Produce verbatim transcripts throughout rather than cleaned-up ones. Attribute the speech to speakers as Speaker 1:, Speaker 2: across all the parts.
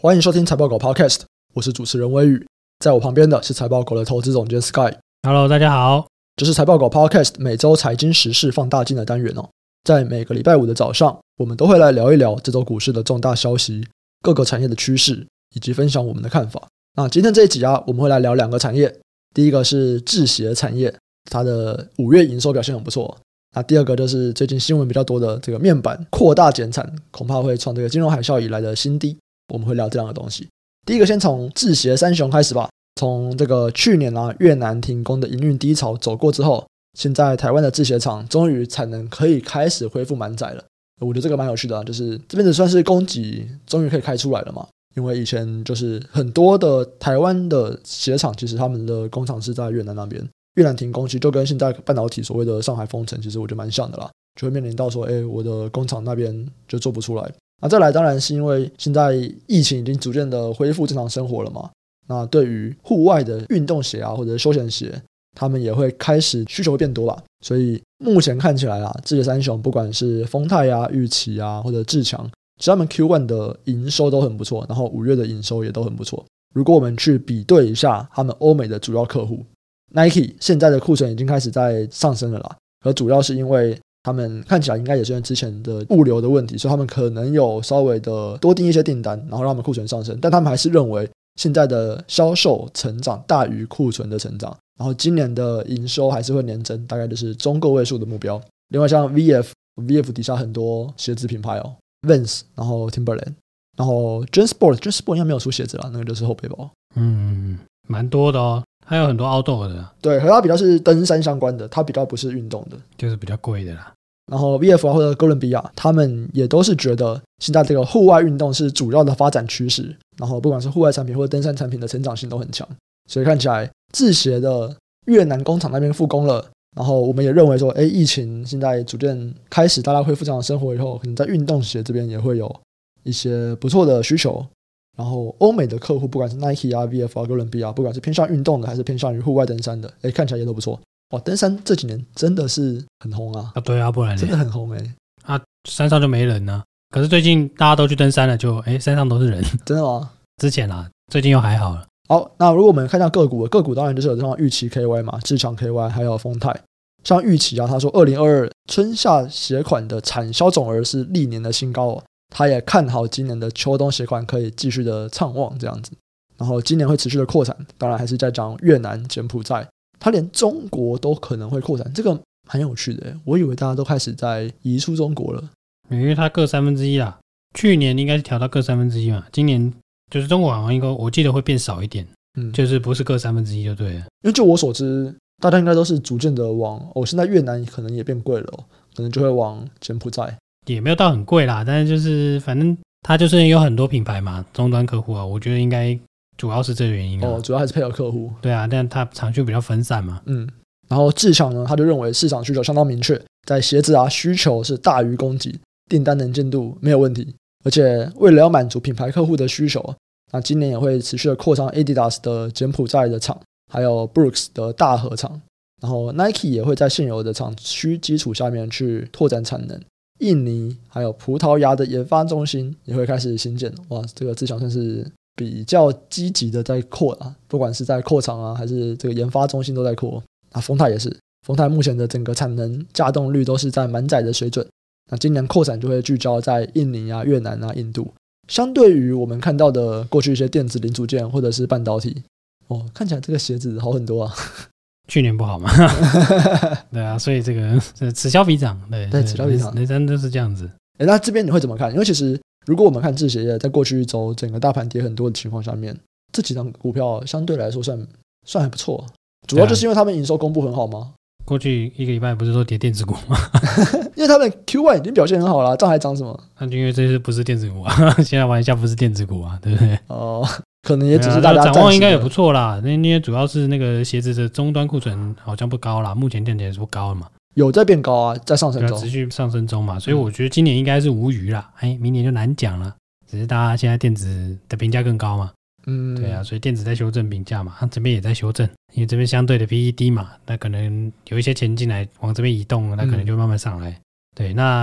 Speaker 1: 欢迎收听财报狗 Podcast， 我是主持人威宇，在我旁边的是财报狗的投资总监 Sky。Hello，
Speaker 2: 大家好，
Speaker 1: 这是财报狗 Podcast 每周财经时事放大镜的单元哦。在每个礼拜五的早上，我们都会来聊一聊这周股市的重大消息、各个产业的趋势，以及分享我们的看法。那今天这一集啊，我们会来聊两个产业，第一个是制鞋产业，它的五月营收表现很不错。那第二个就是最近新闻比较多的这个面板扩大减产，恐怕会创这个金融海啸以来的新低。我们会聊这两个东西。第一个先从制鞋三雄开始吧。从这个去年啊越南停工的营运低潮走过之后，现在台湾的制鞋厂终于产能可以开始恢复满载了。我觉得这个蛮有趣的啊，就是这边的算是供给终于可以开出来了嘛。因为以前就是很多的台湾的鞋厂，其实他们的工厂是在越南那边。越南停工其实就跟现在半导体所谓的上海封城，其实我觉得蛮像的啦，就会面临到说，哎，我的工厂那边就做不出来。那再来当然是因为现在疫情已经逐渐的恢复正常生活了嘛，那对于户外的运动鞋啊或者休闲鞋，他们也会开始需求会变多吧。所以目前看起来啊，制鞋三雄不管是丰泰啊、玉期啊或者志强，其实他们 Q 一 的营收都很不错，然后五月的营收也都很不错。如果我们去比对一下他们欧美的主要客户 Nike 现在的库存已经开始在上升了啦，而主要是因为他们看起来应该也是因为之前的物流的问题，所以他们可能有稍微的多订一些订单，然后让他们库存上升，但他们还是认为现在的销售成长大于库存的成长，然后今年的营收还是会年增，大概就是中个位数的目标。另外像 V F V F 底下很多鞋子品牌哦 Vans， 然后 Timberland， 然后 JanSport JanSport 应该没有出鞋子啦，那个就是后背包。
Speaker 2: 嗯，蛮多的哦，还有很多 outdoor 的。
Speaker 1: 对，和它比较是登山相关的，它比较不是运动的，
Speaker 2: 就是比较贵的啦。
Speaker 1: 然后 V F 啊或者哥伦比亚，他们也都是觉得现在这个户外运动是主要的发展趋势，然后不管是户外产品或者登山产品的成长性都很强，所以看起来制鞋的越南工厂那边复工了，然后我们也认为说，哎，疫情现在逐渐开始大家恢复正常生活以后，可能在运动鞋这边也会有一些不错的需求。然后欧美的客户不管是 Nike 啊 V F 啊哥伦比亚，不管是偏向运动的还是偏向于户外登山的，哎，看起来也都不错。哇，登山这几年真的是很红啊！
Speaker 2: 啊，对啊，不然真
Speaker 1: 的很红哎、欸！
Speaker 2: 啊，山上就没人呢、啊。可是最近大家都去登山了，就哎，山上都是人。
Speaker 1: 真的吗？
Speaker 2: 之前啦，最近又还好了。
Speaker 1: 好，那如果我们看一下个股，个股当然就是有这种玉期 K Y 嘛，志强 K Y， 还有丰泰。像玉期啊，他说二零二二春夏鞋款的产销总额是历年的新高哦。他也看好今年的秋冬鞋款可以继续的畅旺这样子。然后今年会持续的扩产，当然还是在讲越南、柬埔寨。它连中国都可能会扩产，这个很有趣的。我以为大家都开始在移出中国了，
Speaker 2: 因为它各三分之一啦。去年应该是调到各三分之一嘛，今年就是中国好像应该我记得会变少一点，嗯，就是不是各三分之一就对了。因
Speaker 1: 为就我所知，大家应该都是逐渐的往哦，现在越南可能也变贵了、哦，可能就会往柬埔寨，
Speaker 2: 也没有到很贵啦，但是就是反正它就是有很多品牌嘛，终端客户啊，我觉得应该。主要是这个原因啊，
Speaker 1: 哦，主要还是配合客户。
Speaker 2: 对啊，但它厂区比较分散嘛。
Speaker 1: 嗯，然后志强呢，他就认为市场需求相当明确，在鞋子啊需求是大于供给，订单能见度没有问题，而且为了要满足品牌客户的需求，那今年也会持续的扩张 Adidas 的柬埔寨的厂，还有 Brooks 的大和厂，然后 Nike 也会在现有的厂区基础下面去拓展产能。印尼还有葡萄牙的研发中心也会开始新建。哇，这个志强算是比较积极的在扩啊，不管是在扩厂啊，还是这个研发中心都在扩。那丰泰也是，丰泰目前的整个产能稼动率都是在满载的水准。那今年扩产就会聚焦在印尼啊、越南啊、印度。相对于我们看到的过去一些电子零组件或者是半导体，哦，看起来这个鞋子好很多啊。
Speaker 2: 去年不好嘛？对啊，所以这个此消彼长，对
Speaker 1: 对，此消彼长，
Speaker 2: 人生都是这样子。
Speaker 1: 诶，那这边你会怎么看？因为其实如果我们看制鞋业，在过去一周整个大盘跌很多的情况下面，这几张股票相对来说算算还不错，主要就是因为他们营收公布很好吗？
Speaker 2: 过去一个礼拜不是说跌电子股吗？
Speaker 1: 因为他们 Q 一 已经表现很好了，这样还涨什么？
Speaker 2: 那就因为这次不是电子股啊，现在玩一下不是电子股啊，对不对？
Speaker 1: 哦，可能也只是大家、
Speaker 2: 啊、展望应该也不错啦，因为主要是那个鞋子的终端库存好像不高啦，目前看起来是不高了嘛。
Speaker 1: 有在变高啊，在上升中，
Speaker 2: 持续上升中嘛，所以我觉得今年应该是无虞啦，哎，明年就难讲了。只是大家现在电子的评价更高嘛，嗯，对啊，所以电子在修正评价嘛，它这边也在修正，因为这边相对的 P E 低嘛，那可能有一些钱进来往这边移动，那可能就慢慢上来。嗯、对，那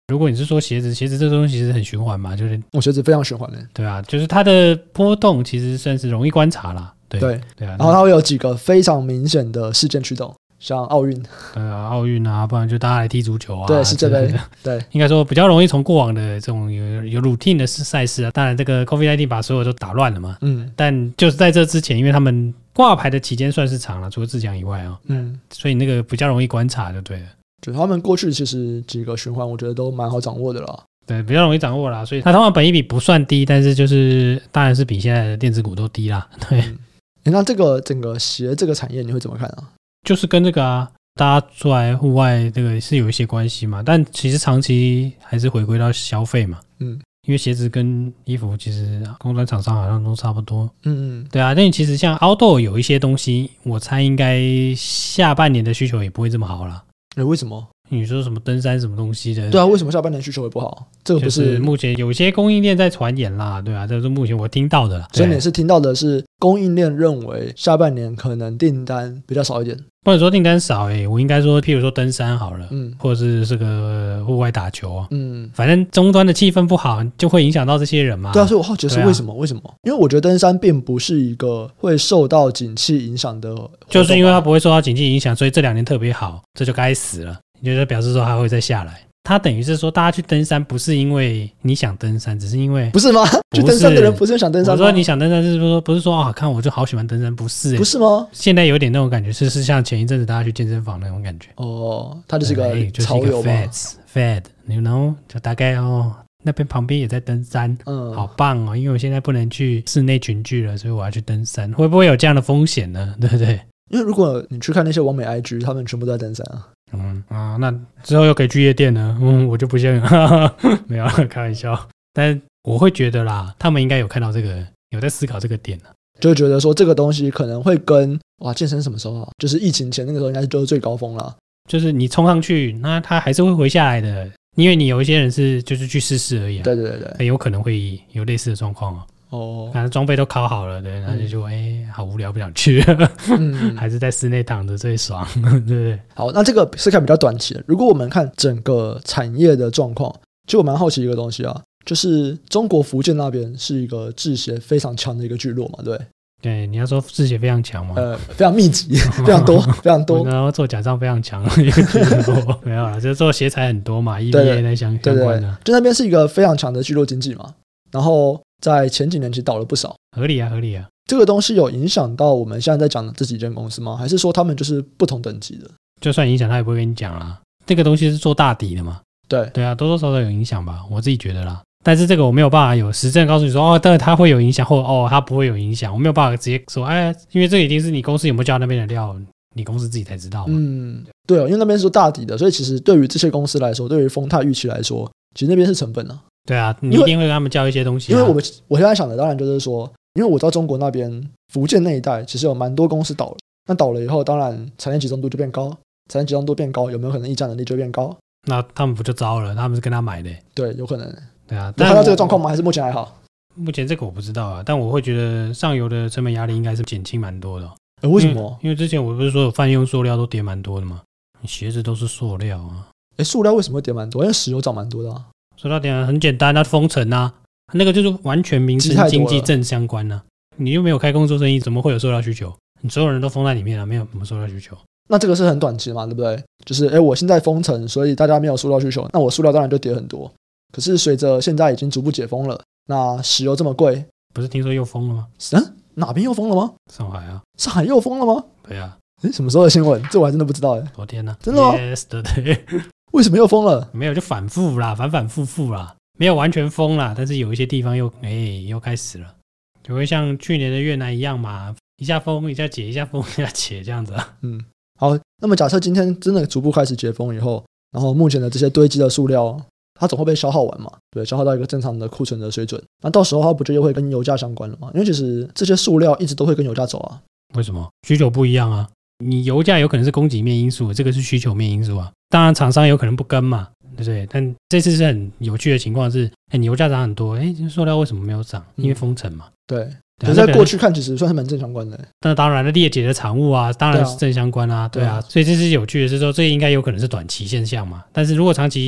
Speaker 2: 如果你是说鞋子，鞋子这东西其实很循环嘛，就是
Speaker 1: 我鞋子非常循环的，
Speaker 2: 对啊，就是它的波动其实算是容易观察啦。对
Speaker 1: 对
Speaker 2: 对啊，
Speaker 1: 然后它会有几个非常明显的事件驱动，像奥运，
Speaker 2: 对啊，奥运啊，不然就大家来踢足球啊，
Speaker 1: 对，世界杯，对，
Speaker 2: 应该说比较容易从过往的这种有有 routine 的赛事啊，当然这个 COVID 十九 把所有都打乱了嘛，嗯，但就是在这之前，因为他们挂牌的期间算是长了，除了自强以外啊、哦，嗯，所以那个比较容易观察就对了。
Speaker 1: 就他们过去其实几个循环，我觉得都蛮好掌握的啦。
Speaker 2: 对，比较容易掌握啦，所以它通常本益比不算低，但是就是当然是比现在的电子股都低啦。对，嗯、
Speaker 1: 那这个整个鞋这个产业你会怎么看啊？
Speaker 2: 就是跟这个啊，大家出来户外这个是有一些关系嘛，但其实长期还是回归到消费嘛。嗯，因为鞋子跟衣服其实公专厂商好像都差不多。嗯嗯，对啊，但其实像 outdoor 有一些东西，我猜应该下半年的需求也不会这么好啦。
Speaker 1: 欸、为什么？
Speaker 2: 你说什么登山什么东西的？
Speaker 1: 对啊，为什么下半年需求会不好？这个不是、
Speaker 2: 就是、目前有些供应链在传言啦，对啊，这是目前我听到的啦。
Speaker 1: 所以你是听到的是供应链认为下半年可能订单比较少一点。
Speaker 2: 不能说订单少诶、欸，我应该说，譬如说登山好了，嗯，或者是这个户外打球啊，嗯，反正终端的气氛不好，就会影响到这些人嘛。
Speaker 1: 对啊，所以我好奇是为什么？啊、为什么？因为我觉得登山并不是一个会受到景气影响的，
Speaker 2: 就是因为它不会受到景气影响，所以这两年特别好，这就该死了。也就是表示说它会再下来。它等于是说，大家去登山不是因为你想登山，只是因为
Speaker 1: 不是吗？去登山的人不是想登山吗？
Speaker 2: 我说你想登山是说不是说啊，看我就好喜欢登山，不是、欸？
Speaker 1: 不是吗？现
Speaker 2: 在有点那种感觉，是是像前一阵子大家去健身房那种感觉。
Speaker 1: 哦，它就是一个潮流嘛。
Speaker 2: Fad，you know， 就大概哦，那边旁边也在登山，嗯，好棒哦！因为我现在不能去室内群聚了，所以我要去登山，会不会有这样的风险呢？对不对？
Speaker 1: 因为如果你去看那些网美 I G， 他们全部都在登山啊。
Speaker 2: 嗯啊，那之后又可以去夜店呢？嗯，我就不信了，没有开玩笑。但我会觉得啦，他们应该有看到这个，有在思考这个点呢、啊，
Speaker 1: 就会觉得说这个东西可能会跟哇健身什么时候啊？就是疫情前那个时候应该是就是最高峰了。
Speaker 2: 就是你冲上去，那他还是会回下来的，因为你有一些人是就是去试试而已、啊。
Speaker 1: 对对对对，
Speaker 2: 很有可能会有类似的状况啊。哦，反正装备都考好了，对，那就就哎、嗯欸，好无聊，不想去，嗯、还是在室内躺着最爽，对不对？
Speaker 1: 好，那这个是看比较短期的。如果我们看整个产业的状况，其实我蛮好奇一个东西啊，就是中国福建那边是一个制鞋非常强的一个聚落嘛，对。
Speaker 2: 对，你要说制鞋非常强吗？
Speaker 1: 呃，非常密集，非常多，非常多。
Speaker 2: 然后做假账非常强，没有啦，就是做鞋材很多嘛 ，E V A 那相相关的。
Speaker 1: 就那边是一个非常强的聚落经济嘛，然后在前几年其实倒了不少。
Speaker 2: 合理啊，合理啊。
Speaker 1: 这个东西有影响到我们现在在讲的这几间公司吗？还是说他们就是不同等级的？
Speaker 2: 就算影响，他也不会跟你讲啦。这个东西是做大底的嘛？
Speaker 1: 对
Speaker 2: 对啊，多多少少有影响吧，我自己觉得啦。但是这个我没有办法有实证告诉你说，哦，但它会有影响，或哦，它不会有影响，我没有办法直接说，哎，因为这已经是你公司有没有叫那边的料，你公司自己才知道嘛。嗯，
Speaker 1: 对哦，因为那边是做大底的，所以其实对于这些公司来说，对于丰泰预期来说，其实那边是成本啊。
Speaker 2: 对啊，你一定会跟他们叫一些东西、啊。
Speaker 1: 因为我们我现在想的当然就是说，因为我知道中国那边福建那一带其实有蛮多公司倒了，那倒了以后，当然产业集中度就变高，产业集中度变高，有没有可能议价能力就变高？
Speaker 2: 那他们不就糟了？他们是跟他买的、欸。
Speaker 1: 对，有可能。
Speaker 2: 对啊，
Speaker 1: 但看到这个状况吗？还是目前还好？
Speaker 2: 目前这个我不知道啊，但我会觉得上游的成本压力应该是减轻蛮多的、哦。
Speaker 1: 呃，为什么？
Speaker 2: 因为之前我不是说有泛用塑料都跌蛮多的吗？鞋子都是塑料啊。
Speaker 1: 哎，塑料为什么会跌蛮多？因为石油涨蛮多的啊。
Speaker 2: 塑料跌很简单，它封城啊，那个就是完全民生经济正相关啊。你又没有开工做生意，怎么会有塑料需求？你所有人都封在里面啊，没有什么塑料需求。
Speaker 1: 那这个是很短期嘛，对不对？就是哎，我现在封城，所以大家没有塑料需求，那我塑料当然就跌很多。可是随着现在已经逐步解封了，那石油这么贵，
Speaker 2: 不是听说又封了吗？
Speaker 1: 嗯，哪边又封了吗？
Speaker 2: 上海啊，
Speaker 1: 上海又封了吗？
Speaker 2: 对啊，
Speaker 1: 诶，什么时候的新闻？这我还真的不知道哎。
Speaker 2: 昨天呢、啊？
Speaker 1: 真的吗
Speaker 2: ？Yesterday。
Speaker 1: 为什么又封了？
Speaker 2: 没有，就反复啦，反反复复啦，没有完全封啦，但是有一些地方又哎又开始了，就会像去年的越南一样嘛，一下封一下解，一下封一下解这样子啊。
Speaker 1: 嗯，好，那么假设今天真的逐步开始解封以后，然后目前的这些堆积的塑料，它总会被消耗完嘛？对，消耗到一个正常的库存的水准，那到时候它不就又会跟油价相关了吗？因为其实这些塑料一直都会跟油价走啊。
Speaker 2: 为什么？需求不一样啊。你油价有可能是供给面因素，这个是需求面因素啊。当然厂商有可能不跟嘛，对不对？但这次是很有趣的情况是，哎，你油价涨很多，哎，塑料为什么没有涨？因为封城嘛。
Speaker 1: 嗯、对。可是在过去看，其实算是蛮正相关的。
Speaker 2: 那当然了，裂解的产物啊，当然是正相关啊，对啊。对啊，所以这是有趣的是说，这应该有可能是短期现象嘛。但是如果长期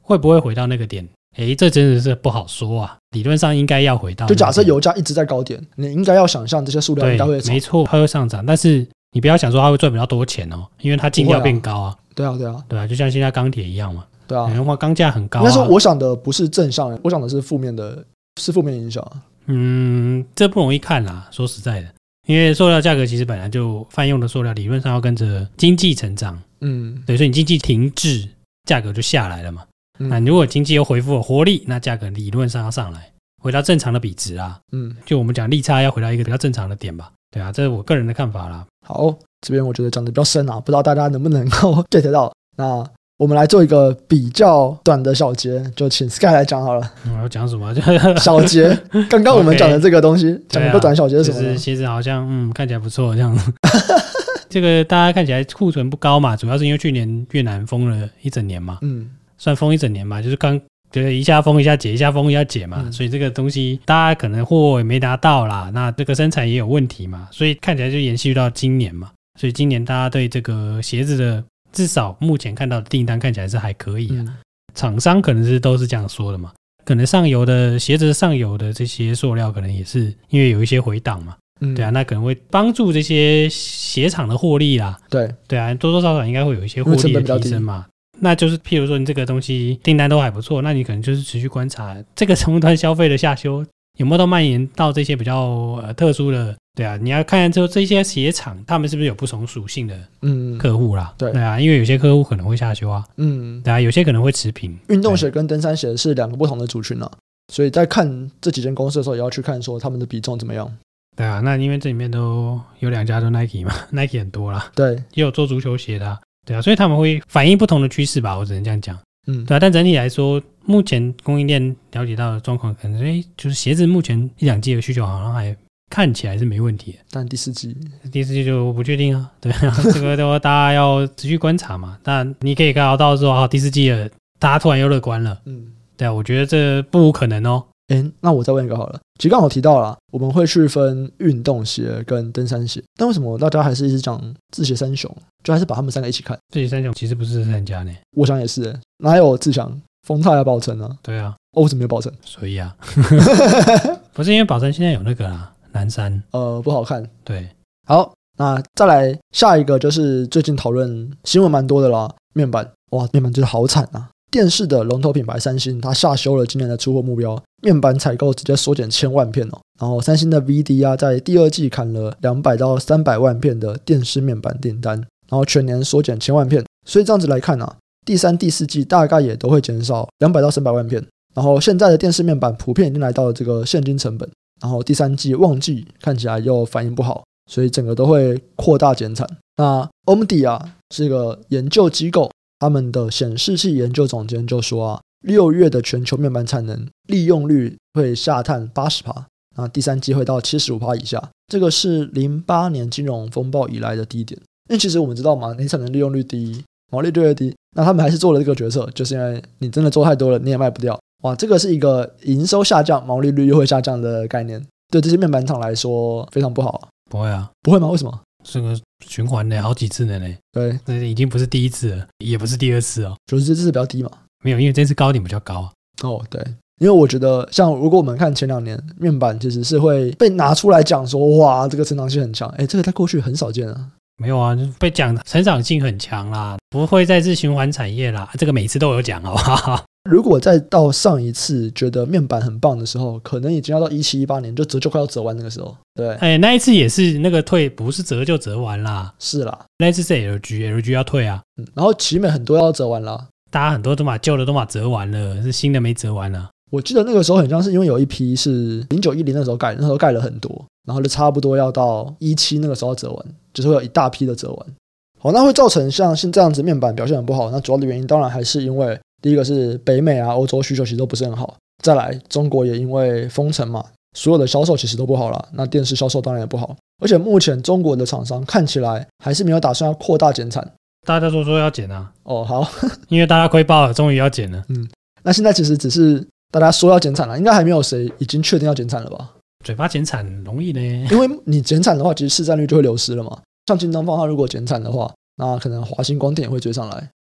Speaker 2: 会不会回到那个点？诶，这真的是不好说啊。理论上应该要回到，
Speaker 1: 就假设油价一直在高点，你应该要想象这些数量应该会
Speaker 2: 没错，它会上涨，但是你不要想说它会赚比较多钱哦，因为它进料变高啊。
Speaker 1: 对啊，对啊，
Speaker 2: 对啊，就像现在钢铁一样嘛。
Speaker 1: 对啊，
Speaker 2: 的话钢价很高、啊。
Speaker 1: 应该说，我想的不是正向，我想的是负面的，是负面影响。
Speaker 2: 嗯，这不容易看啦，说实在的，因为塑料价格其实本来就泛用的塑料，理论上要跟着经济成长。嗯，对，所以你经济停滞，价格就下来了嘛。嗯、那如果经济又恢复了活力，那价格理论上要上来，回到正常的比值啊。嗯，就我们讲利差要回到一个比较正常的点吧。对啊，这是我个人的看法啦。
Speaker 1: 好，这边我觉得讲的比较深啊，不知道大家能不能够 get 到。那我们来做一个比较短的小结，就请 Sky 来讲好了。
Speaker 2: 我要讲什么？
Speaker 1: 小结。刚刚我们讲的这个东西，讲一个短小结是什么呢？
Speaker 2: 就是其实好像嗯看起来不错这样子。这个大家看起来库存不高嘛，主要是因为去年越南封了一整年嘛，嗯，算封一整年嘛，就是刚就是一下封一下解，一下封一下解嘛，嗯、所以这个东西大家可能货也没达到啦，那这个生产也有问题嘛，所以看起来就延续到今年嘛，所以今年大家对这个鞋子的。至少目前看到的订单看起来是还可以啊，嗯、厂商可能是都是这样说的嘛，可能上游的鞋子上游的这些塑料可能也是因为有一些回档嘛，嗯、对啊，那可能会帮助这些鞋厂的获利啦，
Speaker 1: 对
Speaker 2: 对啊，多多少少应该会有一些获利的提升嘛，那就是譬如说你这个东西订单都还不错，那你可能就是持续观察这个终端消费的下修有没有到蔓延到这些比较、呃、特殊的。对啊，你要看看之后这些鞋厂他们是不是有不同属性的客户啦、嗯、对, 对啊，因为有些客户可能会下修啊，嗯，对啊，有些可能会持平。
Speaker 1: 运动鞋跟登山鞋是两个不同的族群啊，所以在看这几间公司的时候也要去看说他们的比重怎么样。
Speaker 2: 对啊，那因为这里面都有两家都 Nike 嘛，Nike 很多啦，
Speaker 1: 对，
Speaker 2: 也有做足球鞋的、啊、对啊，所以他们会反映不同的趋势吧，我只能这样讲。嗯，对啊，但整体来说目前供应链了解到的状况可能诶就是鞋子目前一两季的需求好像还看起来是没问题的，
Speaker 1: 但第四季
Speaker 2: 第四季就不确定啊。对啊，这个的话大家要持续观察嘛。但你可以看到说啊，第四季了，大家突然又乐观了。嗯，对啊，我觉得这不无可能哦。
Speaker 1: 诶，那我再问一个好了。其实刚好提到了，我们会去分运动鞋跟登山鞋，但为什么大家还是一直讲自鞋三雄，就还是把他们三个一起看？
Speaker 2: 自鞋三雄其实不是三家呢，
Speaker 1: 我想也是，哪有自强、丰泰啊、宝成啊？
Speaker 2: 对啊，
Speaker 1: 哦，为什么没有宝成？
Speaker 2: 所以啊，不是因为宝成现在有那个啦。南山
Speaker 1: 呃不好看，
Speaker 2: 对，
Speaker 1: 好，那再来下一个就是最近讨论新闻蛮多的啦，面板，哇，面板真的好惨啊！电视的龙头品牌三星，它下修了今年的出货目标，面板采购直接缩减千万片哦。然后三星的 V D 啊，在第二季砍了两百到三百万片的电视面板订单，然后全年缩减千万片，所以这样子来看啊，第三、第四季大概也都会减少两百到三百万片。然后现在的电视面板普遍已经来到了这个现金成本。然后第三季旺季看起来又反应不好，所以整个都会扩大减产。那 O M D 啊是一个研究机构，他们的显示器研究总监就说啊，六月的全球面板产能利用率会下探 百分之八十， 那第三季会到 百分之七十五 以下，这个是零八年金融风暴以来的低点。因为其实我们知道嘛，你产能利用率低，毛利率越低，那他们还是做了这个决策，就是因为你真的做太多了，你也卖不掉。哇，这个是一个营收下降，毛利率又会下降的概念，对这些面板厂来说非常不好啊。
Speaker 2: 不会啊，
Speaker 1: 不会吗？为什么？
Speaker 2: 这个循环呢，好几次了呢。
Speaker 1: 对，
Speaker 2: 这已经不是第一次了，也不是第二次哦。
Speaker 1: 就是这次比较低嘛？
Speaker 2: 没有，因为这次高点比较高啊。
Speaker 1: 哦，对，因为我觉得像如果我们看前两年面板，其实是会被拿出来讲说，哇，这个成长性很强。哎，这个在过去很少见啊。
Speaker 2: 没有啊，被讲成长性很强啦，不会再次循环产业啦，这个每次都有讲好不好？
Speaker 1: 如果再到上一次觉得面板很棒的时候，可能已经要到一七一八年，就折就快要折完那个时候。对，
Speaker 2: 哎，那一次也是那个退，不是折就折完啦。
Speaker 1: 是啦，
Speaker 2: 那一次是 L G，L G 要退啊。
Speaker 1: 嗯，然后奇美很多要折完啦，
Speaker 2: 大家很多都把旧的都把折完了，是新的没折完啊。
Speaker 1: 我记得那个时候很像是因为有一批是零九一零那时候盖，那时候盖了很多，然后就差不多要到一七那个时候折完，就是会有一大批的折完。好，那会造成像现这样子面板表现很不好，那主要的原因当然还是因为第一个是北美啊、欧洲需求其实都不是很好，再来中国也因为封城嘛，所有的销售其实都不好了，那电视销售当然也不好，而且目前中国的厂商看起来还是没有打算要扩大减产，
Speaker 2: 大家都说要减啊。
Speaker 1: 哦，好，
Speaker 2: 因为大家亏爆了，终于要减了。
Speaker 1: 嗯，那现在其实只是大家说要减产了，应该还没有谁已经确定要减产了吧？
Speaker 2: 嘴巴减产容易呢，
Speaker 1: 因为你减产的话，其实市占率就会流失了嘛。像京东方它如果减产的话，那可能华星光电也会追上来。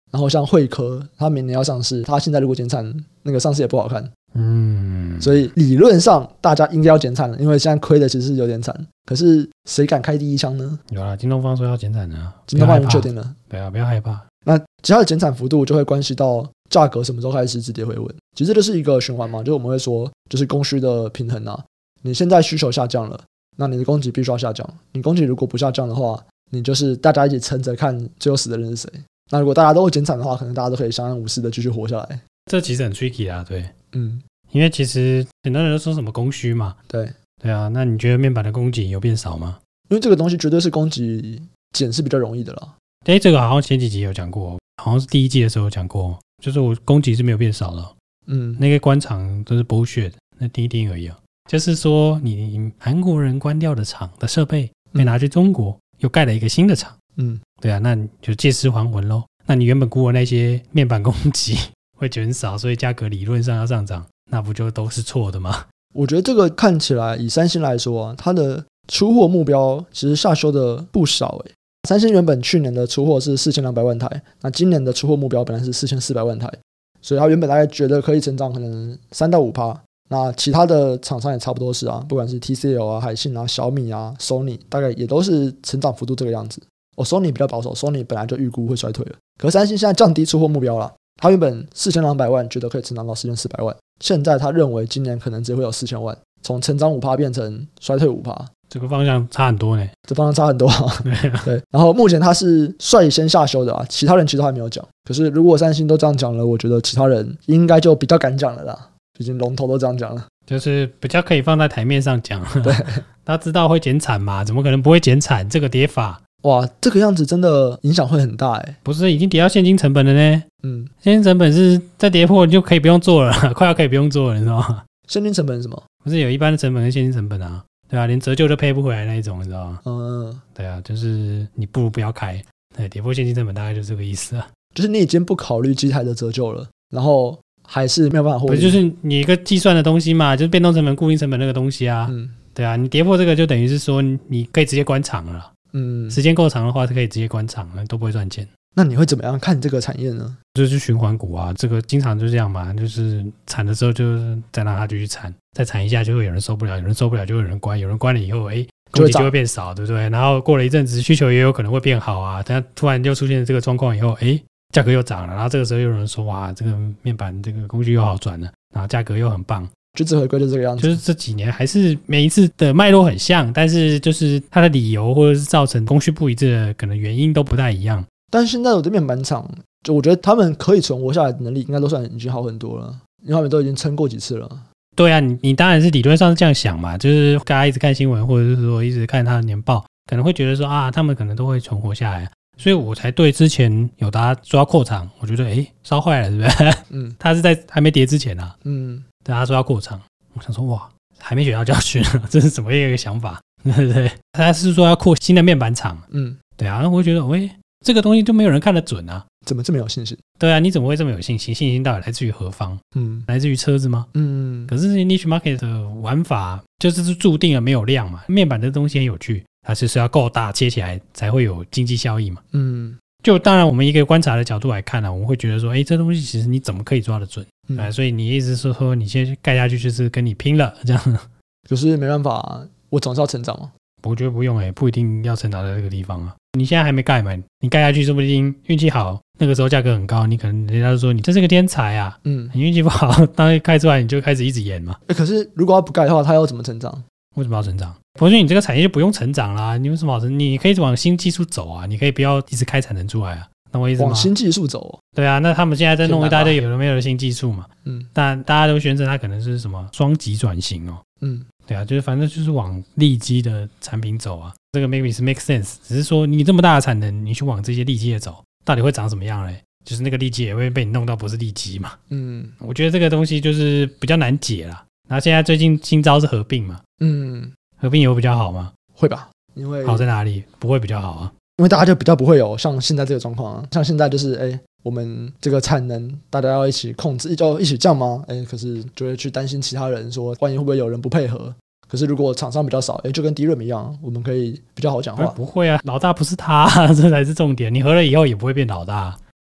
Speaker 1: 然后像惠科，它明年要上市，它现在如果减产，那个上市也不好看。嗯，所以理论上大家应该要减产了，因为现在亏的其实是有点惨。可是谁敢开第一枪呢？
Speaker 2: 有啦，京东方说要减产啊，
Speaker 1: 京东方已经确定了。
Speaker 2: 对啊，不要害怕。
Speaker 1: 那其他的减产幅度就会关系到价格什么时候开始止跌回稳。其实这就是一个循环嘛，就我们会说，就是供需的平衡啊。你现在需求下降了，那你的供给必须要下降。你供给如果不下降的话，你就是大家一起撑着看最后死的人是谁。那如果大家都减产的话，可能大家都可以相安无事的继续活下来。
Speaker 2: 这其实很 tricky 啊，对，
Speaker 1: 嗯，
Speaker 2: 因为其实很多人都说什么供需嘛，
Speaker 1: 对，
Speaker 2: 对啊，那你觉得面板的供给有变少吗？
Speaker 1: 因为这个东西绝对是供给减是比较容易的啦。
Speaker 2: 哎，这个好像前几集有讲过，好像是第一季的时候有讲过，就是我供给是没有变少的，嗯，那个关厂都是 bullshit， 那滴滴而已啊。就是说，你韩国人关掉的厂的设备被拿去中国，又盖了一个新的厂，嗯，对啊，那你就借尸还魂咯。那你原本估的那些面板供给会减少，所以价格理论上要上涨，那不就都是错的吗？
Speaker 1: 我觉得这个看起来以三星来说啊，它的出货目标其实下修的不少诶。三星原本去年的出货是四千两百万台，那今年的出货目标本来是四千四百万台，所以它原本大概觉得可以成长可能三到五趴。那其他的厂商也差不多是啊，不管是 T C L 啊、海信啊、小米啊、Sony， 大概也都是成长幅度这个样子。哦 ，Sony 比较保守 ，Sony 本来就预估会衰退了。可是三星现在降低出货目标了，他原本四千两百万觉得可以成长到四千四百万，现在他认为今年可能只会有四千万，从成长 百分之五 变成衰退 百分之五，
Speaker 2: 这个方向差很多呢。
Speaker 1: 这方向差很多啊。对，然后目前他是率先下修的啊，其他人其实都还没有讲。可是如果三星都这样讲了，我觉得其他人应该就比较敢讲了啦。毕竟龙头都这样讲了，
Speaker 2: 就是比较可以放在台面上讲。
Speaker 1: 对，
Speaker 2: 他知道会减产嘛，怎么可能不会减产？这个跌法，
Speaker 1: 哇，这个样子真的影响会很大哎。
Speaker 2: 不是已经跌到现金成本了呢？嗯，现金成本是再跌破你就可以不用做了，快要可以不用做了，你知道吗？
Speaker 1: 现金成本是什么？
Speaker 2: 不是有一般的成本跟现金成本啊？对啊，连折旧都赔不回来那一种，你知道吗？嗯，对啊，就是你不如不要开，对，跌破现金成本大概就是这个意思啊。
Speaker 1: 就是你已经不考虑机台的折旧了，然后还是没有办法获利，
Speaker 2: 不就是你一个计算的东西嘛，就是变动成本、固定成本那个东西啊。嗯，对啊，你跌破这个就等于是说你可以直接关厂了。嗯，时间够长的话是可以直接关厂了，都不会赚钱。
Speaker 1: 那你会怎么样看这个产业呢？
Speaker 2: 就是循环股啊，这个经常就这样嘛，就是产的时候就是再让它继续产，再产一下就会有人受不了，有人受不了就会有人关，有人关了以后，哎，供给就会变少，对不对？然后过了一阵子，需求也有可能会变好啊，但突然就出现这个状况以后，哎，价格又涨了，然后这个时候又有人说，哇，这个面板这个供需又好转了，然后价格又很棒。
Speaker 1: 就这回归就这个样子，
Speaker 2: 就是这几年还是每一次的脉络很像，但是就是它的理由或者是造成供需不一致的可能原因都不太一样。
Speaker 1: 但是现在我的面板厂，就我觉得他们可以存活下来的能力应该都算已经好很多了，因为他们都已经撑过几次了。
Speaker 2: 对啊，你你当然是理论上是这样想嘛，就是大家一直看新闻或者是说一直看他的年报，可能会觉得说啊，他们可能都会存活下来，所以我才对之前有大家说要扩厂，我觉得诶烧坏了，对不对？嗯，他是在还没跌之前啊，嗯，对，他说要扩厂，我想说哇，还没学到教训，这是怎么一个想法？对不对？他是说要扩新的面板厂，嗯，对啊，我会觉得喂。这个东西就没有人看得准啊，
Speaker 1: 怎么这么有信心？
Speaker 2: 对啊，你怎么会这么有信心？信心到底来自于何方？嗯，来自于车子吗？嗯，可是 niche market 的玩法就是注定了没有量嘛。面板这东西很有趣，它就是要够大，切起来才会有经济效益嘛。嗯，就当然我们一个观察的角度来看呢、啊，我们会觉得说，哎，这东西其实你怎么可以抓得准？嗯、啊，所以你意思是说，你先盖下去就是跟你拼了这样？
Speaker 1: 可是没办法，我总是要成长嘛。
Speaker 2: 我觉得不用哎、欸，不一定要成长在这个地方啊。你现在还没盖嘛，你盖下去说不定运气好，那个时候价格很高，你可能人家就说你这是个天才啊。嗯，你运气不好，当盖出来你就开始一直演嘛。
Speaker 1: 欸、可是如果他不盖的话，他要怎么成长？
Speaker 2: 为什么要成长？我觉得你这个产业就不用成长啦，你为什么好成？你可以往新技术走啊，你可以不要一直开产能出来啊。懂我意思吗？
Speaker 1: 往新技术走。
Speaker 2: 对啊，那他们现在在弄一大堆有的没有的新技术嘛。嗯，但大家都宣称它可能是什么双极转型哦。嗯，对啊，就是反正就是往利基的产品走啊。这个 maybe 是 make sense， 只是说你这么大的产能，你去往这些利基的走，到底会长什么样嘞？就是那个利基也会被你弄到不是利基嘛。嗯，我觉得这个东西就是比较难解啦。然后现在最近新招是合并嘛。嗯，合并有比较好吗？
Speaker 1: 会吧，因为
Speaker 2: 好在哪里？不会比较好啊。
Speaker 1: 因为大家就比较不会有像现在这个状况啊，像现在就是哎，我们这个产能大家要一起控制，就一起降吗？哎，可是就会去担心其他人说，万一会不会有人不配合？可是如果厂商比较少，哎，就跟 D R A M 一样，我们可以比较好讲话。
Speaker 2: 不会啊，老大不是他，这才是重点。你合了以后也不会变老大。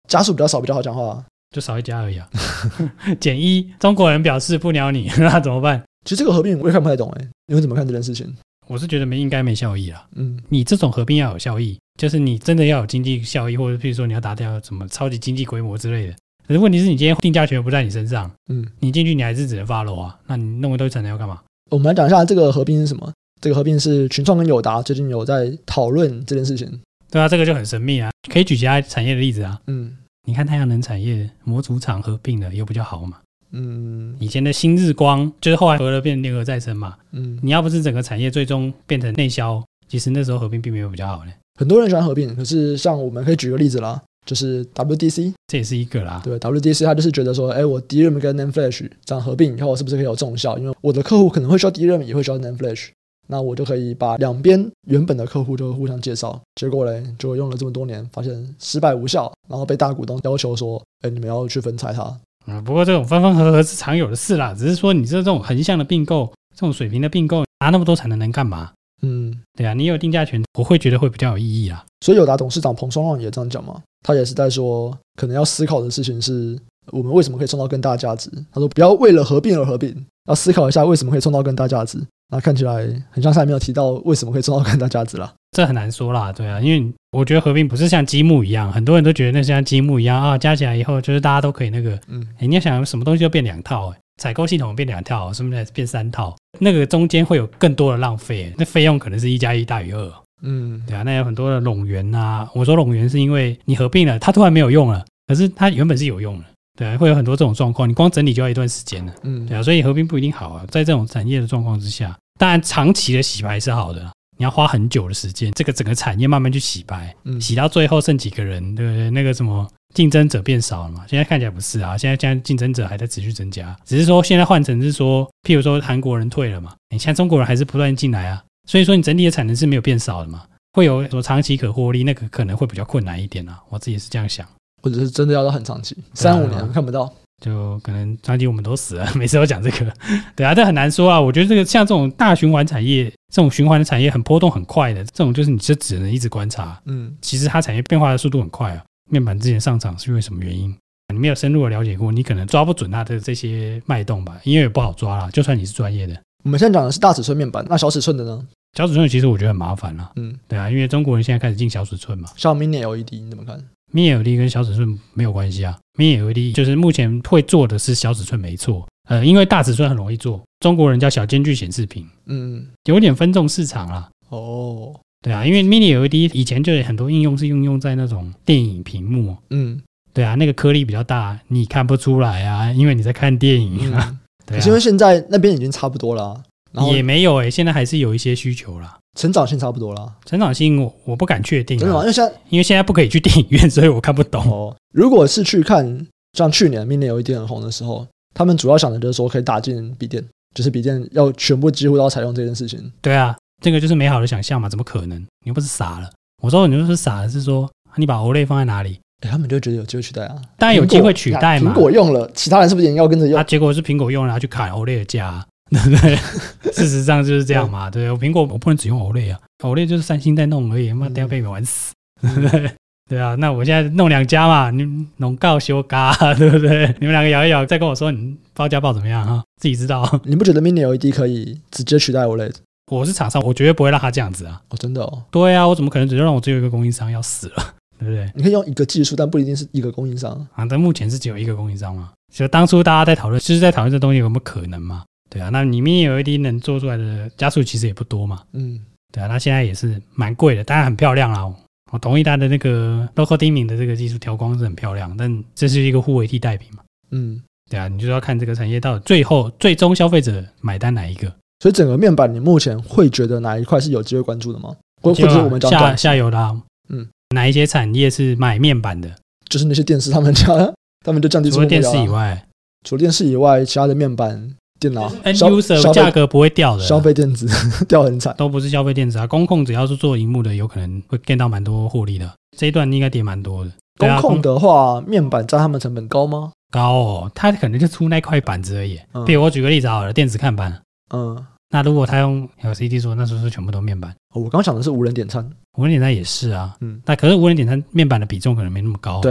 Speaker 1: 家数比较少比较好讲话、啊，
Speaker 2: 就少一家而已啊。减一，中国人表示不鸟你，那怎么办？
Speaker 1: 其实这个合并我也看不太懂哎，你会怎么看这件事情？
Speaker 2: 我是觉得没应该没效益啦。
Speaker 1: 嗯，
Speaker 2: 你这种合并要有效益，就是你真的要有经济效益，或者譬如说你要达到什么超级经济规模之类的。可是问题是你今天定价权不在你身上，嗯，你进去你还是只能 follow 啊，那你弄一堆产能要干嘛？
Speaker 1: 我们来讲一下这个合并是什么。这个合并是群创跟友达最近有在讨论这件事情。
Speaker 2: 对啊，这个就很神秘啊，可以举其他产业的例子啊。
Speaker 1: 嗯，
Speaker 2: 你看太阳能产业模组厂合并了有比较好嘛？
Speaker 1: 嗯，
Speaker 2: 以前的新日光就是后来合了变联合再生嘛。
Speaker 1: 嗯，
Speaker 2: 你要不是整个产业最终变成内销，其实那时候合并并没有比较好呢。
Speaker 1: 很多人喜欢合并，可是像我们可以举个例子啦，就是 W D C，
Speaker 2: 这也是一个啦。
Speaker 1: 对 ，W D C 它就是觉得说，哎，我 D R A M 跟 NAND Flash 这样合并以后，是不是可以有重效？因为我的客户可能会需要 D R A M， 也会需要 NAND Flash。那我就可以把两边原本的客户就互相介绍，结果嘞就用了这么多年，发现失败无效，然后被大股东要求说，哎，你们要去分拆它。
Speaker 2: 嗯，不过这种分分合合是常有的事啦，只是说你这种横向的并购，这种水平的并购，拿那么多产能能干嘛？嗯，对啊，你有定价权，我会觉得会比较有意义啦。
Speaker 1: 所以友达董事长彭双浪也这样讲嘛，他也是在说，可能要思考的事情是，我们为什么可以创造更大价值？他说，不要为了合并而合并，要思考一下为什么可以创造更大价值。那看起来很像是还没有提到为什么可以创造更大价值啦。
Speaker 2: 这很难说啦，对啊，因为我觉得合并不是像积木一样，很多人都觉得那像积木一样啊，加起来以后就是大家都可以那个，嗯，你要想什么东西就变两套，采购系统变两套，什么的变三套，那个中间会有更多的浪费，那费用可能是一加一大于二，嗯，对啊，那有很多的冗员啊，我说冗员是因为你合并了，它突然没有用了，可是它原本是有用的。对啊，会有很多这种状况，你光整理就要一段时间了。嗯，对啊，所以合并不一定好啊。在这种产业的状况之下，当然长期的洗白是好的啦，你要花很久的时间，这个整个产业慢慢去洗白，嗯、洗到最后剩几个人，对不对？那个什么竞争者变少了嘛？现在看起来不是啊，现在现在竞争者还在持续增加，只是说现在换成是说，譬如说韩国人退了嘛，你现在中国人还是不断进来啊，所以说你整体的产能是没有变少的嘛，会有什么长期可获利，那个可能会比较困难一点啊，我自己是这样想。或
Speaker 1: 者是真的要到很长期，三五年看不到，
Speaker 2: 就可能长期我们都死了，每次都讲这个，对啊，这很难说啊。我觉得这个像这种大循环产业，这种循环的产业很波动很快的，这种就是你就只能一直观察。嗯，其实它产业变化的速度很快啊。面板之前上涨是因为什么原因？你没有深入的了解过，你可能抓不准它的这些脉动吧，因为也不好抓啦。就算你是专业的，
Speaker 1: 我们现在讲的是大尺寸面板，那小尺寸的呢？
Speaker 2: 小尺寸其实我觉得很麻烦啦。嗯，对啊，因为中国人现在开始进小尺寸嘛，
Speaker 1: 像 Mini L E D 你怎么看
Speaker 2: ？Mini L E D 跟小尺寸没有关系啊 ，Mini L E D 就是目前会做的是小尺寸没错，呃，因为大尺寸很容易做，中国人叫小间距显示屏，嗯，有点分众市场啦。哦，对啊，因为 Mini L E D 以前就有很多应用是应用在那种电影屏幕，嗯，对啊，那个颗粒比较大，你看不出来啊，因为你在看电影啊。嗯、
Speaker 1: 对啊，可是因为现在那边已经差不多了、啊，
Speaker 2: 也没有诶、欸，现在还是有一些需求啦。
Speaker 1: 成长性差不多啦，
Speaker 2: 成长性 我, 我不敢确定、啊，
Speaker 1: 真的吗？因为现在
Speaker 2: 因为现在不可以去电影院，所以我看不懂。
Speaker 1: 哦，如果是去看像去年 Mini L E D 很红的时候，他们主要想的就是说可以打进笔电，就是笔电要全部几乎都要采用这件事情。
Speaker 2: 对啊，这个就是美好的想象嘛，怎么可能？你又不是傻了。我说你就是傻了，是说你把 O L E D 放在哪里？
Speaker 1: 欸、他们就觉得有机会取代啊，
Speaker 2: 当然有机会取代嘛。
Speaker 1: 苹果用了，其他人是不是也要跟着用？
Speaker 2: 啊，结果是苹果用了，他去砍 O L E D 的价、啊。对不对？事实上就是这样嘛。对，我苹果我不能只用 O L E D 啊 ，O L E D 就是三星在弄而已，妈等下被你们玩死，对不对？对啊，那我现在弄两家嘛，你农告修嘎，对不对？你们两个摇一摇，再跟我说你报价报怎么样哈，自己知道。
Speaker 1: 你不觉得 Mini L E D 可以直接取代 O L E D？
Speaker 2: 我是厂商，我绝对不会让他这样子啊。
Speaker 1: 哦，真的哦。
Speaker 2: 对啊，我怎么可能只让我只有一个供应商要死了？对不对？
Speaker 1: 你可以用一个技术，但不一定是一个供应商
Speaker 2: 啊。但目前是只有一个供应商嘛。就当初大家在讨论，就是在讨论这东西有没有可能嘛？对啊，那你 Mini L E D 能做出来的加速其实也不多嘛。嗯，对啊，它现在也是蛮贵的，当然很漂亮啦。我同意它的那个 local dimming 的这个技术调光是很漂亮，但这是一个互为替代品嘛。嗯，对啊，你就要看这个产业到底最后最终消费者买单哪一个。
Speaker 1: 所以整个面板，你目前会觉得哪一块是有机会关注的吗？或者是我们讲
Speaker 2: 下下游的、啊，嗯，哪一些产业是买面板的？
Speaker 1: 就是那些电视，他们家他们就降低
Speaker 2: 除了电视以外，
Speaker 1: 除了电视以外，其他的面板。电脑
Speaker 2: End user 价格不会掉的，
Speaker 1: 消费电子掉很惨，
Speaker 2: 都不是消费电子啊。工控只要是做萤幕的，有可能会 get 到蛮多获利的。这一段应该跌蛮多的。
Speaker 1: 工控的话，面板占他们成本高吗？
Speaker 2: 高哦，它可能就出那块板子而已。嗯、比如我举个例子好了，电子看板，嗯，那如果他用 L C D 做，那是不是全部都面板？
Speaker 1: 哦、我刚想的是无人点餐，
Speaker 2: 无人点餐也是啊，嗯，那可是无人点餐面板的比重可能没那么高。
Speaker 1: 对。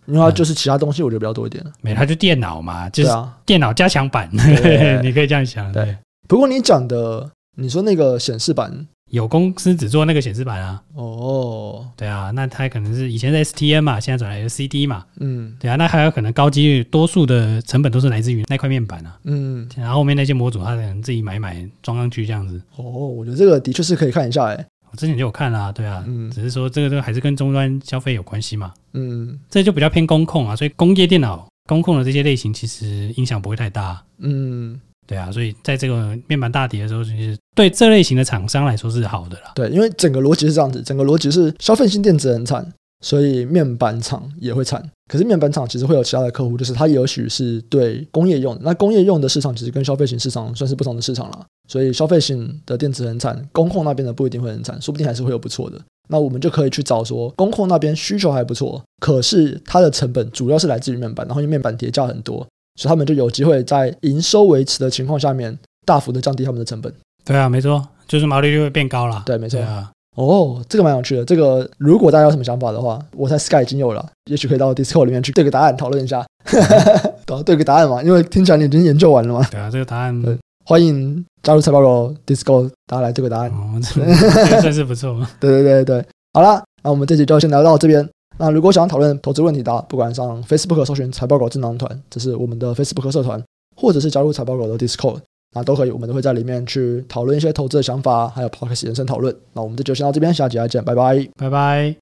Speaker 1: 因为它就是其他东西我觉得比较多一点。
Speaker 2: 没，它就电脑嘛，就是电脑加强版，对你可以这样想。对，
Speaker 1: 不过你讲的，你说那个显示板，
Speaker 2: 有公司只做那个显示板啊。
Speaker 1: 哦，
Speaker 2: 对啊，那它可能是以前是 S T M 嘛，现在转来 L C D 嘛。
Speaker 1: 嗯，
Speaker 2: 对啊，那还有可能高几率，多数的成本都是来自于那块面板啊。
Speaker 1: 嗯，
Speaker 2: 然后后面那些模组，它可能自己买买装上去这样子。
Speaker 1: 哦，我觉得这个的确是可以看一下哎。
Speaker 2: 我之前就有看啦、啊，对啊，嗯，只是说这个都还是跟终端消费有关系嘛。
Speaker 1: 嗯，
Speaker 2: 这就比较偏工控啊，所以工业电脑工控的这些类型其实影响不会太大。
Speaker 1: 嗯。
Speaker 2: 对啊，所以在这个面板大跌的时候，其实对这类型的厂商来说是好的啦。
Speaker 1: 对，因为整个逻辑是这样子，整个逻辑是消费性电子很惨，所以面板厂也会惨。可是面板厂其实会有其他的客户，就是它也许是对工业用的，那工业用的市场其实跟消费型市场算是不同的市场啦。所以消费型的电子很惨，工控那边的不一定会很惨，说不定还是会有不错的。那我们就可以去找说，工控那边需求还不错，可是它的成本主要是来自于面板，然后因为面板叠加很多。所以他们就有机会在营收维持的情况下面，大幅的降低他们的成本。
Speaker 2: 对啊，没错，就是毛利率会变高啦。
Speaker 1: 对，没错。
Speaker 2: 啊，
Speaker 1: 哦，这个蛮有趣的。这个如果大家有什么想法的话，我在 Sky 已经有了，也许可以到 Discord 里面去对个答案讨论一下。对，对个答案嘛，因为听起来你已经研究完了嘛。
Speaker 2: 对啊，这个答案，
Speaker 1: 对，欢迎加入财报狗 Discord， 大家来对个答案。
Speaker 2: 哦，这个算是不错。
Speaker 1: 对对对对，好啦，那我们这集就先聊到这边。那如果想要讨论投资问题的，不管上 Facebook 搜寻财报狗智囊团，这是我们的 Facebook 社团，或者是加入财报狗的 Discord， 那都可以，我们都会在里面去讨论一些投资的想法，还有 Podcast 延伸讨论。那我们这就先到这边，下集再见，拜拜，
Speaker 2: 拜拜。